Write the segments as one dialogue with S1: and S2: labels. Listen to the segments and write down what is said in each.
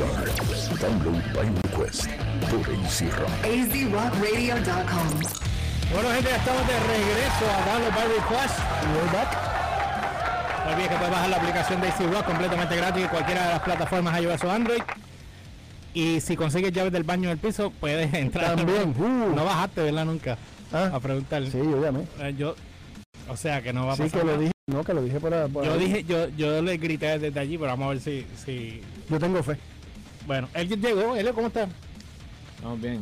S1: Start. Download by request por AC Rock.
S2: AZRockRadio.com.
S3: Bueno, gente, ya estamos de regreso a Download by Request. We're back. No olvides que puedes bajar la aplicación de AC Rock completamente gratis en cualquiera de las plataformas iOS o Android. Y si consigues llaves del baño del piso, puedes entrar.
S4: También.
S3: No bajaste, ¿verdad? Nunca. A preguntarle.
S4: Sí, yo llamé.
S3: O sea, que no va a pasar.
S4: Sí, que lo dije. No, que lo dije por
S3: yo le grité desde allí, pero vamos a ver si...
S4: Yo tengo fe.
S3: Bueno, él llegó. Elio, ¿cómo está?
S5: Estamos bien.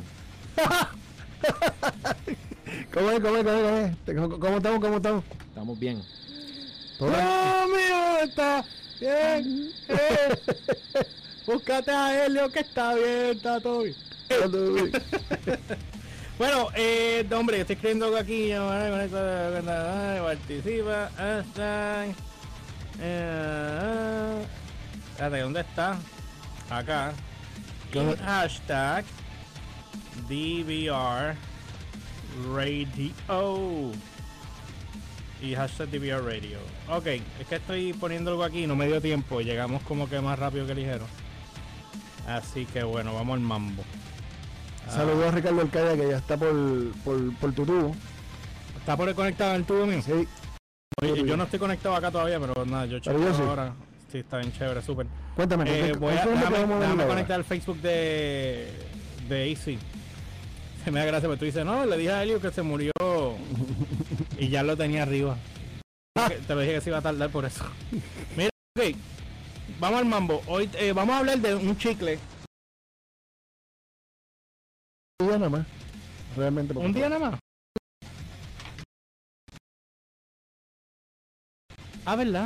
S4: ¿Cómo estamos?
S5: Estamos bien.
S3: ¡No, mío! Está bien. Búscate a Helio, que está bien, está todo bien. Bueno, hombre, estoy escribiendo algo aquí. Participa. Espérate, ¿dónde está? Acá. Y hashtag DVR Radio. Y hashtag DVR Radio. Ok, es que estoy poniendo algo aquí, no me dio tiempo. Llegamos como que más rápido que ligero. Así que bueno, vamos al mambo.
S4: Saludos a Ricardo Alcaya, que ya está por tu tubo.
S3: ¿Está por conectado el tubo mío?
S4: Sí.
S3: Oye, yo no estoy conectado acá todavía, pero nada, yo chequeo ahora. Sí, está bien chévere, súper.
S4: Cuéntame.
S3: Déjame conectar al Facebook de Easy. Se me da gracia, pero tú dices, no, le dije a Helio que se murió y ya lo tenía arriba. Te lo dije que se iba a tardar por eso. Mira, ok, vamos al mambo. Hoy vamos a hablar de un chicle.
S4: Un día nada más. Realmente.
S3: ¿Un día nada más? Ah, ¿verdad?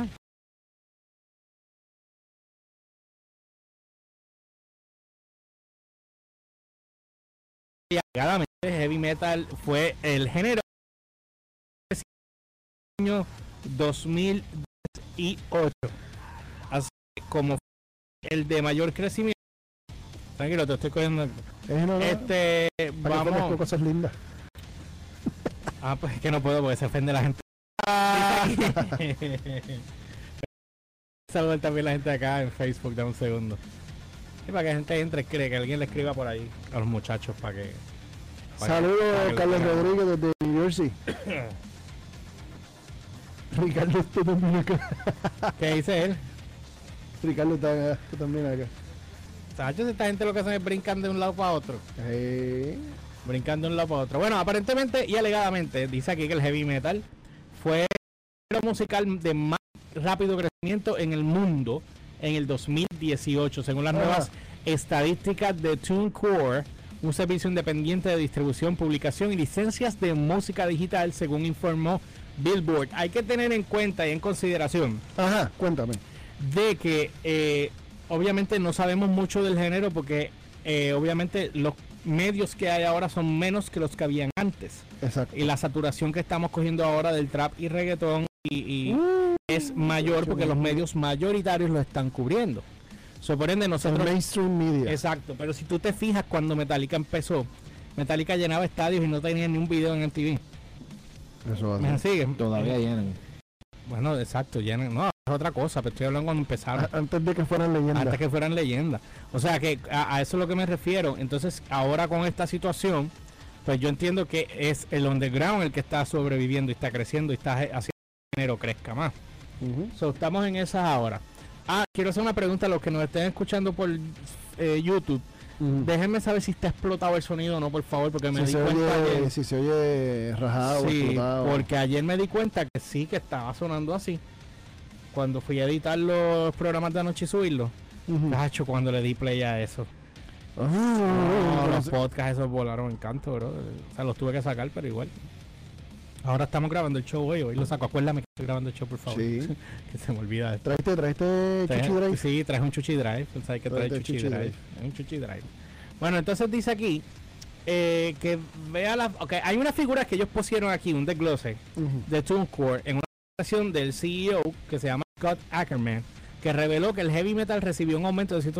S3: Heavy metal fue el género del año 2008, así como el de mayor crecimiento. Tranquilo, te estoy cogiendo. Vamos.
S4: Cosas lindas.
S3: Pues es que no puedo porque se ofende la gente. Saludar también la gente acá en Facebook, da un segundo. Y para que la gente entre, cree que alguien le escriba por ahí a los muchachos para que...
S4: Saludos, Carlos Rodríguez desde New Jersey. Ricardo está también acá.
S3: ¿Qué dice él?
S4: Ricardo está también acá.
S3: Muchachos, esta gente lo que hacen es brincar de un lado para otro. Brincando de un lado para otro. Bueno, aparentemente y alegadamente, dice aquí que el heavy metal fue el género musical de más rápido crecimiento en el mundo en el 2018, según las nuevas estadísticas de TuneCore, un servicio independiente de distribución, publicación y licencias de música digital, según informó Billboard. Hay que tener en cuenta y en consideración,
S4: cuéntame,
S3: de que obviamente no sabemos mucho del género porque obviamente los medios que hay ahora son menos que los que habían antes.
S4: Exacto.
S3: Y la saturación que estamos cogiendo ahora del trap y reggaetón es mayor porque los medios mayoritarios lo están cubriendo. Por ende, nosotros...
S4: El mainstream media.
S3: Exacto, pero si tú te fijas cuando Metallica empezó, Metallica llenaba estadios y no tenía ni un video en MTV.
S4: Eso
S3: ¿Me siguen?
S5: Todavía llenan.
S3: Bueno, exacto, llenan. No, es otra cosa, pero estoy hablando cuando empezaron.
S4: Antes de que fueran leyendas.
S3: Antes que fueran leyendas. O sea que a eso es lo que me refiero. Entonces, ahora con esta situación, pues yo entiendo que es el underground el que está sobreviviendo y está creciendo y está haciendo que el género crezca más. Estamos en esas ahora. Quiero hacer una pregunta a los que nos estén escuchando por YouTube. Déjenme saber si está explotado el sonido o no, por favor, porque me di cuenta ayer,
S4: si se oye rajado o explotado.
S3: Porque ayer me di cuenta que sí, que estaba sonando así. Cuando fui a editar los programas de anoche y subirlos, cuando le di play a eso. Los podcasts esos volaron en canto, bro. O sea, los tuve que sacar, pero igual. Ahora estamos grabando el show hoy lo saco. Acuérdame que estoy grabando el show, por favor. Sí. Que se me olvida esto.
S4: ¿Traiste Chuchi Drive?
S3: Sí, traes un Chuchi Drive. Sabes que trae Chuchi Drive. Es un Chuchi Drive. Bueno, entonces dice aquí que vea la... Ok, hay unas figuras que ellos pusieron aquí, un desglose de TuneCore en una presentación del CEO que se llama Scott Ackerman, que reveló que el heavy metal recibió un aumento de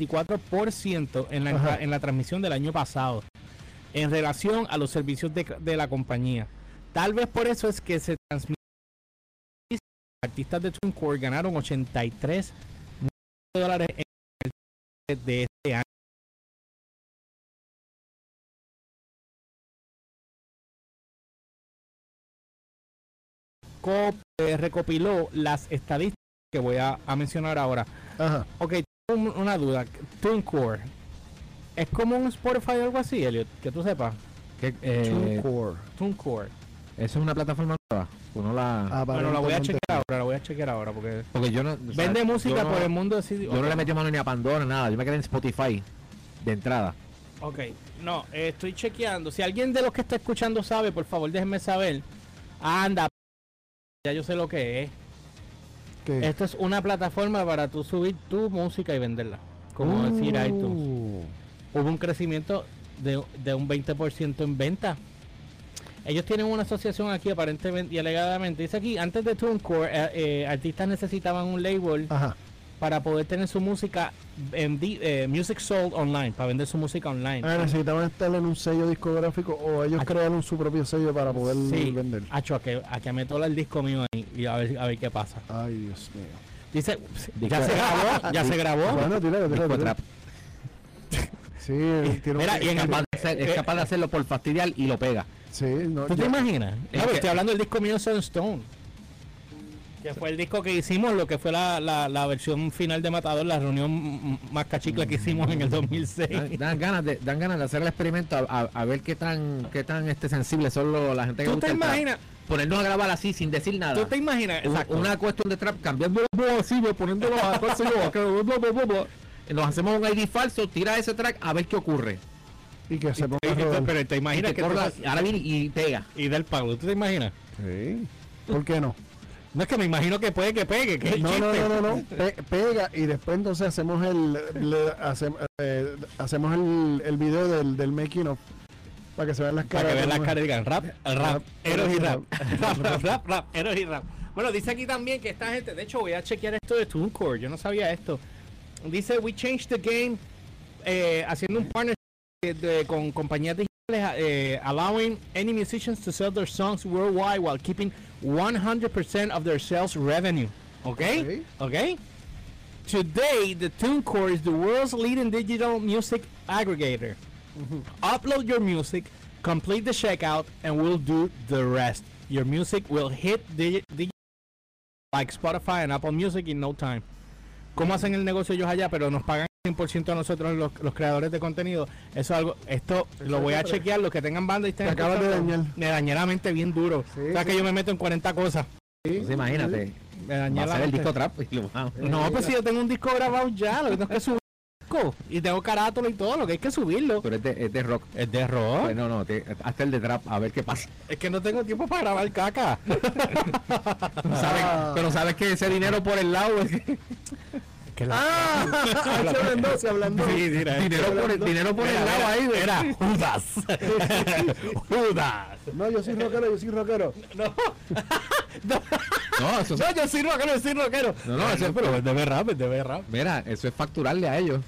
S3: 154% en la transmisión del año pasado en relación a los servicios de la compañía. Tal vez por eso es que se transmite. Los artistas de TuneCore ganaron $83 million de recopiló las estadísticas que voy a mencionar ahora.
S4: Ajá.
S3: Ok, tengo una duda. TuneCore, ¿es como un Spotify o algo así, Elliot? Que tú sepas.
S4: TuneCore.
S3: TuneCore.
S5: Eso es una plataforma nueva. Uno la...
S3: Bueno, la voy a chequear ahora, porque
S5: Porque yo no...
S3: vende música por el mundo de CD.
S5: Yo no le metí mano ni a Pandora, nada. Yo me quedé en Spotify de entrada.
S3: Ok, no, estoy chequeando. Si alguien de los que está escuchando sabe, por favor, déjenme saber. Anda, ya yo sé lo que es.
S4: ¿Qué?
S3: Esto es una plataforma para tú subir tu música y venderla. Como decir iTunes. Hubo un crecimiento de un 20% en venta. Ellos tienen una asociación aquí aparentemente y alegadamente. Dice aquí, antes de TuneCore, artistas necesitaban un label
S4: Ajá.
S3: para poder tener su música en Music Sold online, para vender su música online.
S4: Necesitaban estar en un sello discográfico o ellos crearon su propio sello para poder vender.
S3: Hacho, a que me tola el disco mío ahí y a ver qué pasa.
S4: Ay, Dios mío.
S3: Dice, ya se grabó.
S4: Bueno, tira.
S5: Trap.
S4: Sí, tiene
S3: Mira, y en el
S5: Es capaz de hacerlo por fastidiar y lo pega.
S4: Sí, no.
S3: ¿Tú te imaginas?
S5: Es
S3: No,
S5: que-
S3: estoy hablando del disco mío Stone. Que fue el disco que hicimos, lo que fue la versión final de Matador, la reunión más cachicla que hicimos en el 2006.
S5: Dan ganas de hacer el experimento a ver qué tan sensibles son la gente que
S3: ¿Tú
S5: gusta
S3: te
S5: el trap.
S3: imaginas?
S5: Ponernos a grabar así sin decir nada.
S3: ¿Tú te imaginas? Exacto.
S5: Una cuestión de trap, cambiando así, poniéndolo a nos hacemos un ID falso, tira ese track a ver qué ocurre.
S4: Y que se ponga a rodar.
S3: Pero te imaginas
S5: Y te
S3: que
S5: corra- ahora viene y pega.
S3: y del Pablo, ¿tú te imaginas?
S4: Sí. ¿Por qué no?
S3: No es que me imagino que puede que pegue, que es el
S4: No.
S3: chiste.
S4: Pega y después entonces hacemos hacemos el video del making of para que se vean las caras.
S3: Para que vean las caras y digan rap, Eros y rap.
S4: rap.
S3: rap, Eros y rap. Bueno, dice aquí también que esta gente, de hecho voy a chequear esto de TuneCore, yo no sabía esto. Dice, we changed the game, haciendo un partnership con compañías digitales, allowing any musicians to sell their songs worldwide while keeping 100% of their sales revenue. Okay? Today, the TuneCore is the world's leading digital music aggregator. Upload your music, complete the checkout, and we'll do the rest. Your music will hit digital like Spotify and Apple Music in no time. ¿Cómo hacen el negocio ellos allá? Pero nos pagan 100% a nosotros los creadores de contenido. Eso es algo, esto lo voy a chequear, los que tengan banda y estén
S4: Te acabas de
S3: escuchando,
S4: dañar.
S3: me dañé la mente bien duro.
S4: Sí,
S3: O sea
S4: sí.
S3: que yo me meto en 40 cosas.
S5: Entonces imagínate,
S3: Me dañé
S5: va a
S3: la
S5: hacer el
S3: mente.
S5: disco trap y lo vamos.
S3: No, pues si yo tengo un disco grabado ya, lo que tengo es que subir disco. Y tengo carátula y todo, lo que hay que subirlo.
S5: Pero es de rock.
S3: Es de rock.
S5: Pues no, hasta el de trap, a ver qué pasa.
S3: Es que no tengo tiempo para grabar caca.
S5: Pero sabes que ese dinero por el lado es que...
S4: hablando.
S3: Sí, mira,
S5: dinero por el lado ahí.
S3: Era Judas. Judas.
S4: No, yo soy rockero.
S3: No,
S5: No, eso
S3: no, yo soy rockero.
S5: No, eso es-
S3: pero es de rap.
S5: Mira, eso es facturarle a ellos.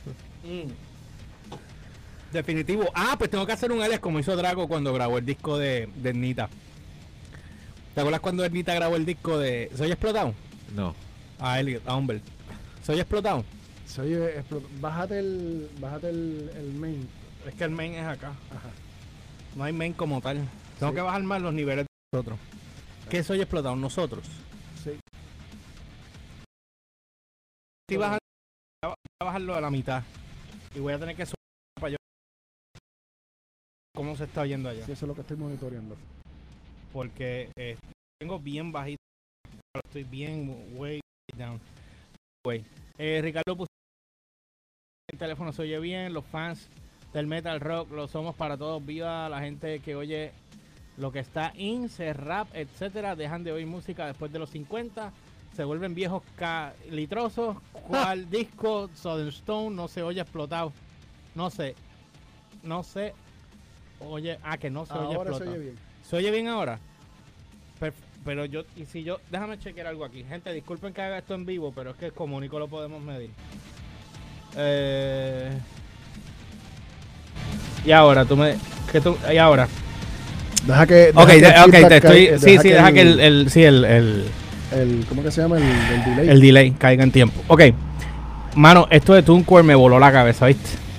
S3: Definitivo. Pues tengo que hacer un alias como hizo Drago cuando grabó el disco de Ernita. ¿Te acuerdas cuando Ernita grabó el disco de Soy Explotado?
S5: No.
S3: A Elliot, a Humbert. Soy Explotado.
S4: Bájate el main.
S3: Es que el main es acá. No hay main como tal. Tengo que bajar más los niveles de nosotros. ¿Qué soy explotado? Nosotros.
S4: Sí.
S3: Si bajan, voy a bajarlo a la mitad. Y voy a tener que subir para yo. ¿Cómo se está oyendo allá?
S4: Sí, eso es lo que estoy monitoreando.
S3: Porque tengo bien bajito. Estoy bien way down. Ricardo puso el teléfono, se oye bien. Los fans del metal rock lo somos para todos. Viva la gente que oye lo que está rap, etcétera. Dejan de oír música después de los 50. Se vuelven viejos litrosos. ¿Cuál disco? Southern Stone no se oye explotado. No sé. Oye, que no se oye
S4: Ahora
S3: explotado.
S4: se oye bien.
S3: ¿Se oye bien ahora? Pero déjame chequear algo aquí. Gente, disculpen que haga esto en vivo, pero es que como único lo podemos medir. Y ahora, y ahora.
S4: Deja que.
S3: Ok, te estoy. Deja que
S4: ¿Cómo que se llama? El delay.
S3: el delay caiga en tiempo. Ok. Mano, esto de TuneCore me voló la cabeza, ¿viste?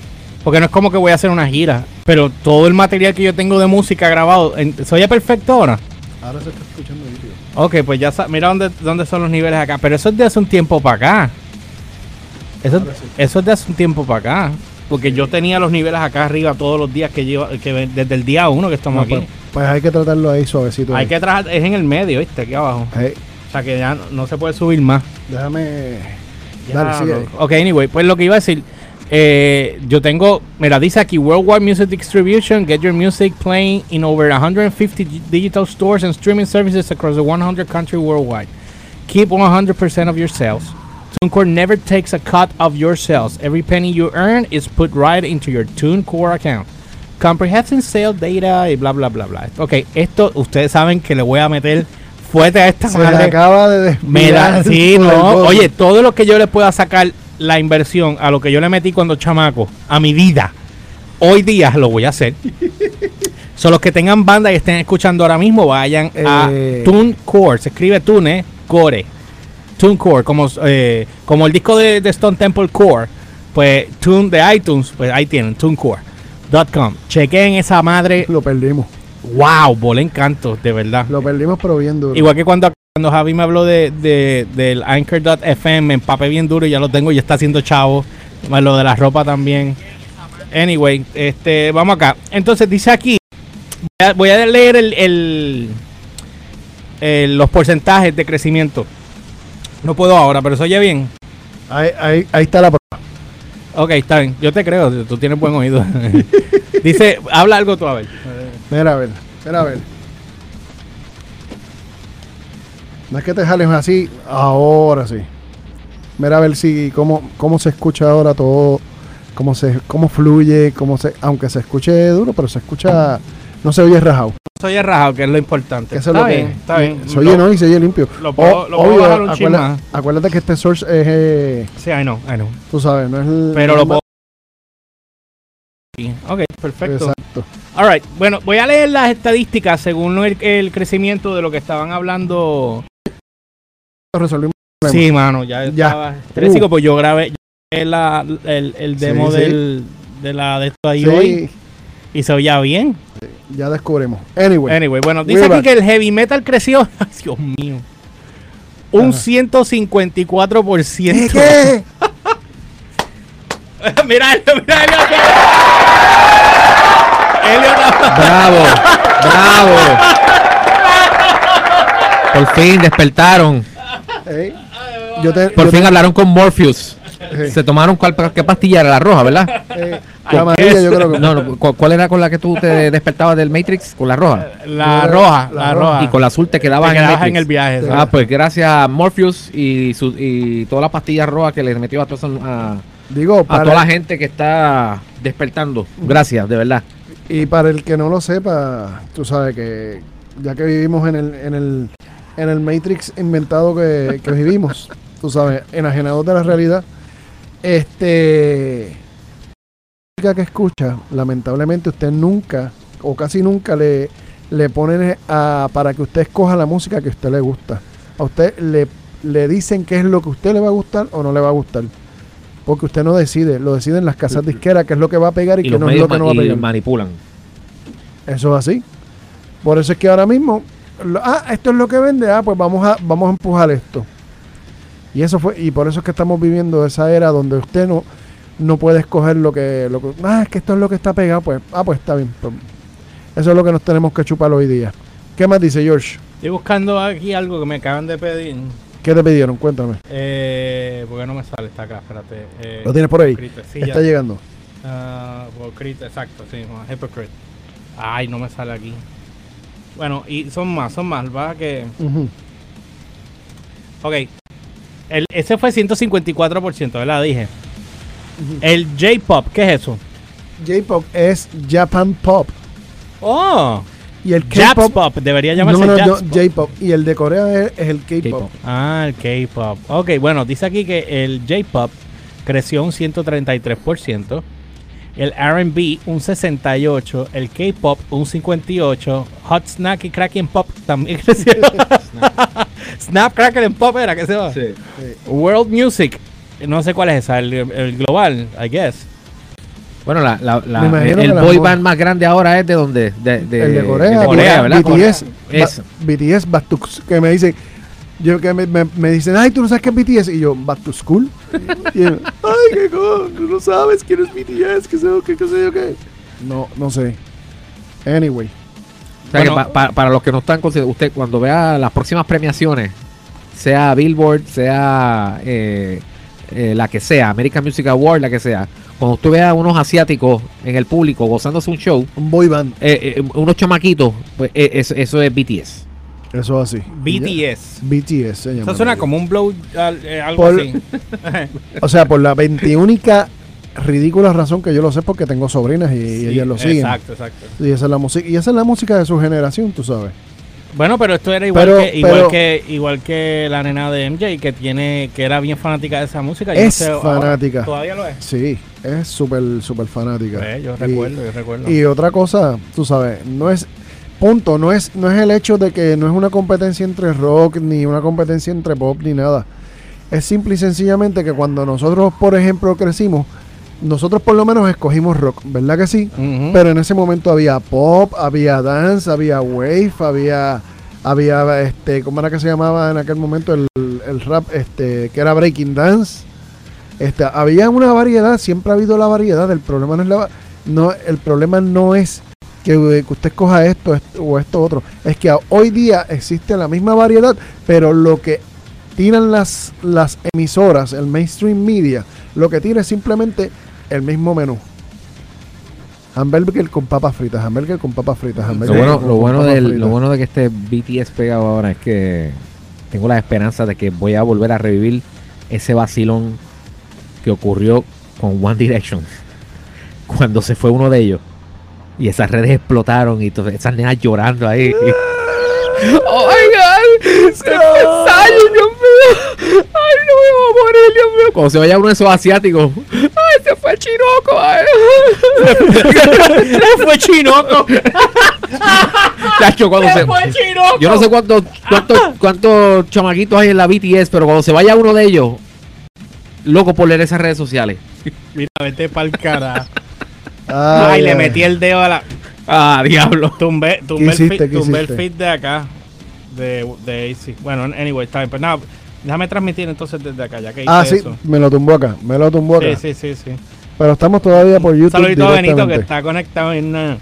S3: Porque no es como que voy a hacer una gira, pero todo el material que yo tengo de música grabado, ¿soy ya perfecto ahora?
S4: Ahora se está escuchando vídeo.
S3: Ok, pues ya mira dónde son los niveles acá, pero eso es de hace un tiempo para acá. Eso es de hace un tiempo para acá, porque yo tenía los niveles acá arriba todos los días desde el día 1 que estamos aquí.
S4: Pues hay que tratarlo ahí suavecito.
S3: Hay que trabajar, es en el medio, ¿viste? Aquí abajo. O sea que ya no se puede subir más.
S4: Déjame...
S3: Ya,
S4: Dale, sigue ahí.
S3: ok, anyway, pues lo que iba a decir, yo tengo, mira, dice aquí, Worldwide Music Distribution, get your music playing in over 150 digital stores and streaming services across the 100 countries worldwide. Keep 100% of your sales. TuneCore never takes a cut of your sales. Every penny you earn is put right into your TuneCore account. Comprehensive sales data y bla, bla, bla, bla. Ok, esto ustedes saben que le voy a meter fuerte a esta
S4: Se
S3: madre.
S4: le acaba de
S3: Sí, no. Oye, todo lo que yo le pueda sacar la inversión a lo que yo le metí cuando chamaco, a mi vida, hoy día lo voy a hacer. Son los que tengan banda y estén escuchando ahora mismo, vayan a TuneCore. Se escribe Tune, Core. TuneCore, como el disco de Stone Temple Core, pues Tune de iTunes, pues ahí tienen, TuneCore.com. Chequen esa madre.
S4: Lo perdimos.
S3: Wow, volé encanto, de verdad.
S4: Lo perdimos, pero bien duro.
S3: Igual que cuando Javi me habló del Anchor.fm, me empapé bien duro y ya lo tengo, ya está haciendo chavo. Más lo de la ropa también. Anyway, vamos acá. Entonces dice aquí, voy a leer los porcentajes de crecimiento. No puedo ahora, pero se oye bien.
S4: Ahí está la prueba.
S3: Ok, está bien. Yo te creo, tú tienes buen oído. Dice, habla algo tú, a ver.
S4: Mira a ver. No es que te jales así, ahora sí. Mira a ver si cómo se escucha ahora todo, cómo fluye, aunque se escuche duro, pero se escucha, no se oye rajado.
S3: No se oye rajado, que es lo importante.
S4: Eso está bien,
S3: está bien.
S4: Se oye, ¿no? Y se oye limpio.
S3: Lo puedo bajar un chin más.
S4: Acuérdate que este source es...
S3: Sí, I know.
S4: Tú sabes, no es el...
S3: Pero lo puedo... Ok, perfecto.
S4: Exacto.
S3: Alright, bueno, voy a leer las estadísticas según el crecimiento de lo que estaban hablando.
S4: Resolvimos.
S3: Sí, mano, ya estaba estrésico, pues yo grabé el demo de esto ahí hoy y se oía bien.
S4: Ya descubrimos. Anyway,
S3: bueno, dice aquí que el heavy metal creció, ay, Dios mío, un 154%.
S4: ¿Qué?
S3: Mira,
S5: Bravo. Por fin despertaron. Por fin hablaron con Morpheus. Se tomaron ¿qué pastilla era? La roja, ¿verdad?
S4: La amarilla, yo creo que...
S5: No, ¿cuál era con la que tú te despertabas del Matrix? ¿Con la roja?
S3: La roja.
S5: Y con la azul te quedabas
S3: en el viaje.
S5: Sí. Pues gracias a Morpheus y todas las pastillas rojas que les metió a toda la gente que está despertando. Gracias, de verdad.
S4: Y para el que no lo sepa, tú sabes que ya que vivimos en el Matrix inventado que vivimos, tú sabes, enajenados de la realidad, la música que escucha, lamentablemente usted nunca o casi nunca le ponen para que usted escoja la música que a usted le gusta. A usted le dicen qué es lo que a usted le va a gustar o no le va a gustar. Porque usted no decide, lo deciden las casas disqueras, qué es lo que va a pegar y qué no es lo que no va a pegar.
S5: Y manipulan.
S4: Eso es así. Por eso es que ahora mismo, esto es lo que vende, pues vamos a empujar esto. Y eso fue, y por eso es que estamos viviendo esa era donde usted no puede escoger lo que es que esto es lo que está pegado, pues está bien. Pues, eso es lo que nos tenemos que chupar hoy día. ¿Qué más dice George?
S3: Estoy buscando aquí algo que me acaban de pedir.
S4: ¿Qué te pidieron? Cuéntame.
S3: Porque no me sale, está acá, espérate.
S4: ¿Lo tienes por ahí?
S3: Sí,
S4: está llegando.
S3: Exacto, sí, Hypocrite. Ay, no me sale aquí. Bueno, y son más, va que... Ok. Ese fue 154%, ¿verdad? Dije. El J-Pop, ¿qué es eso?
S4: J-Pop es Japan Pop.
S3: Oh.
S4: Y el
S3: K-pop. Pop, debería llamarse
S4: J-Pop. Y el de Corea es el K-Pop.
S3: El K-Pop. Ok, bueno, dice aquí que el J-Pop creció un 133%. El R&B un 68%. El K-Pop un 58%. Hot Snack y Cracking Pop también creció. Snap, Crackle and Pop era que se va.
S5: Sí.
S3: World Music. No sé cuál es esa. El global, I guess.
S5: Bueno, el boy band más grande ahora es de donde,
S4: el de Corea,
S5: ¿verdad?
S4: BTS Back to, que me dicen, me dicen, ay, tú no sabes qué es BTS, y yo, Back to School. Y yo, ay, qué cosa, tú no sabes quién es BTS, qué sé yo qué. No sé. Anyway.
S5: O sea, bueno, que para los que no están considerando, usted cuando vea las próximas premiaciones, sea Billboard, sea la que sea, American Music Award, la que sea, cuando usted vea a unos asiáticos en el público gozándose un show,
S4: un boy band,
S5: unos chamaquitos, pues eso es BTS.
S4: Eso es así.
S3: BTS
S4: se llama.
S3: Eso suena como un blow, algo así.
S4: O sea, por la 21ª ridícula razón que yo lo sé, porque tengo sobrinas y ellas lo siguen.
S3: Exacto.
S4: Y esa es la música, de su generación, tú sabes.
S3: Bueno, pero esto era igual que la nena de MJ, que era bien fanática de esa música.
S4: Fanática.
S3: ¿Todavía lo es?
S4: Sí, es súper fanática.
S3: Yo recuerdo.
S4: Y otra cosa, tú sabes, no es el hecho de que no es una competencia entre rock, ni una competencia entre pop, ni nada. Es simple y sencillamente que cuando nosotros, por ejemplo, crecimos, nosotros por lo menos escogimos rock, ¿verdad que sí? Uh-huh. Pero en ese momento había pop, había dance, había wave, había ¿cómo era que se llamaba en aquel momento el rap? Que era breaking dance. Había una variedad, siempre ha habido la variedad. El problema no es que usted escoja esto o esto otro. Es que hoy día existe la misma variedad, pero lo que tiran las emisoras, el mainstream media, lo que tira es simplemente el mismo menú. Hamburger con papas fritas. Lo
S5: bueno de que este BTS pegado ahora es que tengo la esperanza de que voy a volver a revivir ese vacilón que ocurrió con One Direction cuando se fue uno de ellos y esas redes explotaron y esas nenas llorando ahí. ¡Oh, my God! ¡Se fue Dios mío! ¡Ay, no me voy a morir, Dios mío! Cuando se vaya uno de esos asiáticos, ¡ay, se fue Chinoco! ¡Ay!
S3: ¡Se fue Chinoco!
S5: Chacho, cuando se fue Chinoco! Yo no sé cuántos chamaquitos hay en la BTS, pero cuando se vaya uno de ellos, loco por leer esas redes sociales.
S3: Mira, vete pa'l cara. Ay, le metí el dedo a la...
S5: Ah, diablo.
S3: Tumbé el feed de acá. De AC. Bueno, anyway, está bien. Pero nada, déjame transmitir entonces desde acá, ya que hice eso.
S4: Sí, me lo tumbó acá.
S3: Sí.
S4: Pero estamos todavía por YouTube.
S3: Saludito a Benito, que está conectado en...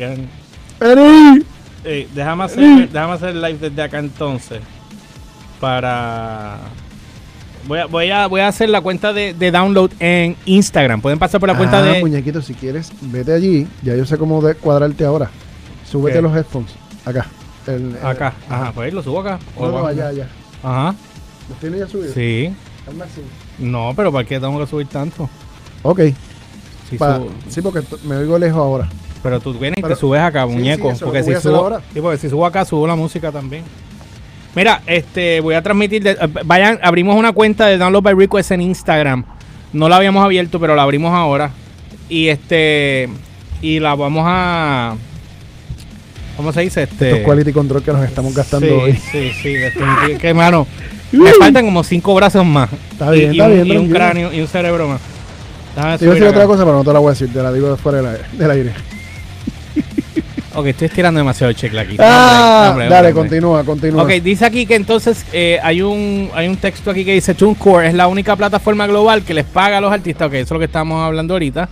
S3: déjame hacer el live desde acá entonces. Para... Voy a hacer la cuenta de download en Instagram. Pueden pasar por la cuenta de...
S4: muñequito, si quieres, vete allí. Ya yo sé cómo cuadrarte ahora. Súbete los headphones. Acá.
S3: Acá. Ajá, pues lo subo acá.
S4: No, allá.
S3: Ajá.
S4: ¿Los tienes ya subidos?
S3: Sí. No, pero ¿para qué tengo que subir tanto?
S4: Ok. Sí, porque me oigo lejos ahora.
S3: Pero tú vienes y te subes acá, muñeco.
S4: Sí,
S3: porque si subo acá, subo la música también. Mira, voy a transmitir. Abrimos una cuenta de Download by Request en Instagram. No la habíamos abierto, pero la abrimos ahora. Y y la vamos a... ¿Cómo se dice?
S4: Estos quality control que nos estamos gastando hoy.
S3: Sí, que hermano, me faltan como 5 brazos más.
S4: Está bien,
S3: y un cráneo y un cerebro más.
S4: Te iba a decir otra cosa, pero no te la voy a decir. Te la digo fuera del aire.
S3: Ok, estoy estirando demasiado el chicle aquí.
S4: Dale, continúa.
S3: Ok, dice aquí que entonces hay un texto aquí que dice TuneCore es la única plataforma global que les paga a los artistas. Ok, eso es lo que estamos hablando ahorita.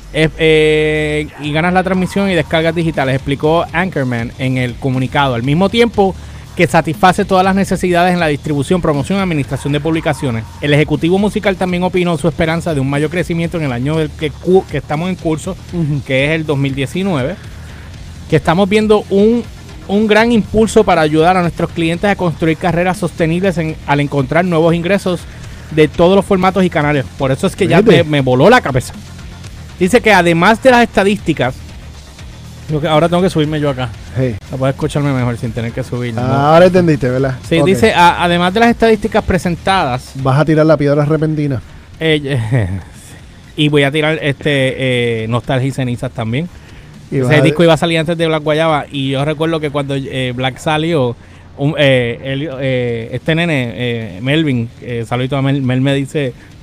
S3: Y ganas la transmisión y descargas digitales, explicó Anchorman en el comunicado. Al mismo tiempo que satisface todas las necesidades en la distribución, promoción y administración de publicaciones. El ejecutivo musical también opinó su esperanza de un mayor crecimiento en el año que estamos en curso, que es el 2019. Que estamos viendo un gran impulso para ayudar a nuestros clientes a construir carreras sostenibles al encontrar nuevos ingresos de todos los formatos y canales. Por eso es que ya me voló la cabeza. Dice que además de las estadísticas, ahora tengo que subirme yo acá. Para poder escucharme mejor sin tener que subir.
S4: Ahora entendiste, ¿verdad?
S3: Sí, okay. Dice, además de las estadísticas presentadas...
S4: Vas a tirar la piedra repentina.
S3: Y voy a tirar Nostalgia y Cenizas también. Ese disco iba a salir antes de Black Guayaba. Y yo recuerdo que cuando Black salió, este nene, Melvin, saludito a Mel me dice...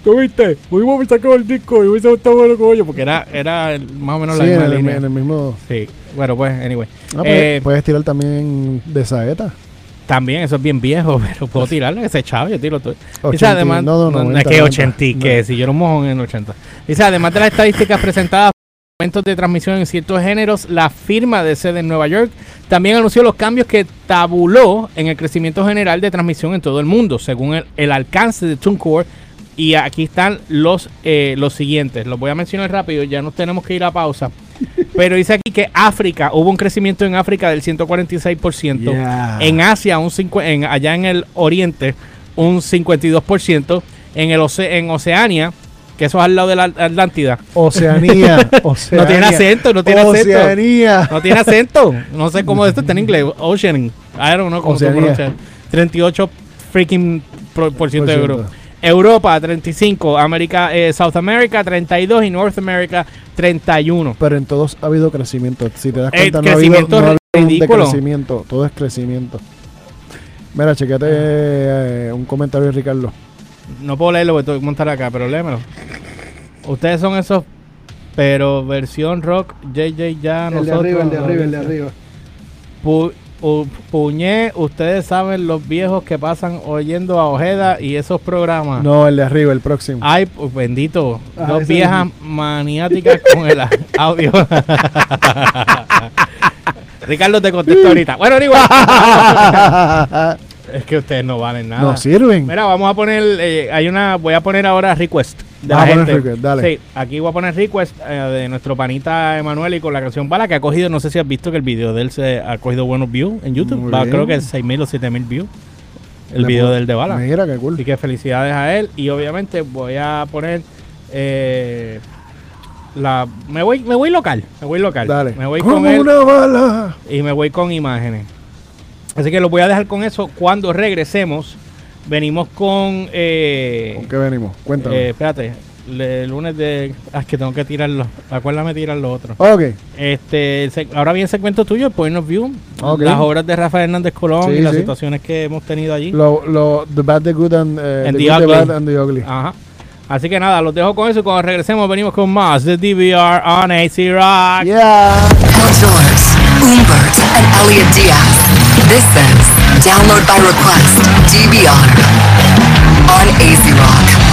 S3: ¿tú viste? Pudimos sacar el disco y hubiese estado bueno con ellos, porque era más o menos la misma línea.
S4: En el mismo...
S3: Sí, bueno, pues, anyway.
S4: Puedes tirar también de Saeta.
S3: También, eso es bien viejo, pero puedo tirarle ese chavo, yo tiro todo.
S4: 80,
S3: Dice, además, no, es que 80, que si yo era un mojón en 80. Dice, además de las estadísticas presentadas momentos de transmisión en ciertos géneros, la firma de sede en Nueva York también anunció los cambios que tabuló en el crecimiento general de transmisión en todo el mundo, según el alcance de TuneCore. Y aquí están los siguientes. Los voy a mencionar rápido, ya nos tenemos que ir a pausa. Pero dice aquí que África, hubo un crecimiento en África del 146%.
S4: Yeah.
S3: En Asia, allá en el Oriente, un 52%. En Oceania, que eso es al lado de la Atlántida.
S4: Oceanía.
S3: No tiene acento, no tiene
S4: Oceanía.
S3: acento. No tiene acento. No sé cómo esto está en inglés. Ocean. I don't know cómo se pronuncia. 38 freaking por ciento de Europa. Europa 35, South America 32 y North America 31.
S4: Pero en todos ha habido crecimiento. Si te das cuenta,
S3: no ha habido ridículo.
S4: Decrecimiento. Todo es crecimiento. Mira, chequete un comentario de Ricardo.
S3: No puedo leerlo porque tengo que montar acá, pero léemelo. Ustedes son esos, pero versión rock, JJ ya, nosotros.
S4: El de arriba.
S3: Puñé, ustedes saben los viejos que pasan oyendo a Ojeda y esos programas.
S4: No, el de arriba, el próximo.
S3: Ay, pues, bendito. Dos viejas maniáticas con el audio. Ricardo te contesta ahorita. Bueno, igual. Es que ustedes no valen nada.
S4: No sirven.
S3: Mira, vamos a poner, voy a poner ahora request de la gente. Request, dale. Sí, aquí voy a poner request de nuestro panita Emanuel y con la canción Bala, que ha cogido, no sé si has visto que el video de él se ha cogido buenos views en YouTube. Creo que 6,000 o 7,000 views. El video del de Bala.
S4: Mira, qué cool.
S3: Así que felicidades a él. Y obviamente voy a poner me voy local.
S4: Dale.
S3: Me voy
S4: como
S3: con él.
S4: Una bala.
S3: Y me voy con imágenes. Así que lo voy a dejar con eso. Cuando regresemos, venimos con... ¿Con
S4: qué venimos? Cuéntame.
S3: Espérate. El lunes de... es que tengo que tirarlo. Acuérdame tirar lo otro.
S4: Ok.
S3: Ahora viene el segmento tuyo, el Point of View.
S4: Okay.
S3: Las obras de Rafael Hernández Colón y las situaciones que hemos tenido allí.
S4: The Bad, The Good and
S3: the
S4: Ugly. Bad and the Ugly.
S3: Ajá. Así que nada, los dejo con eso y cuando regresemos venimos con más de DVR on AC Rock.
S4: Yeah.
S2: Outdoors, Umbert and Elliot Diaz. This is Download by Request, DVR on AC Rock.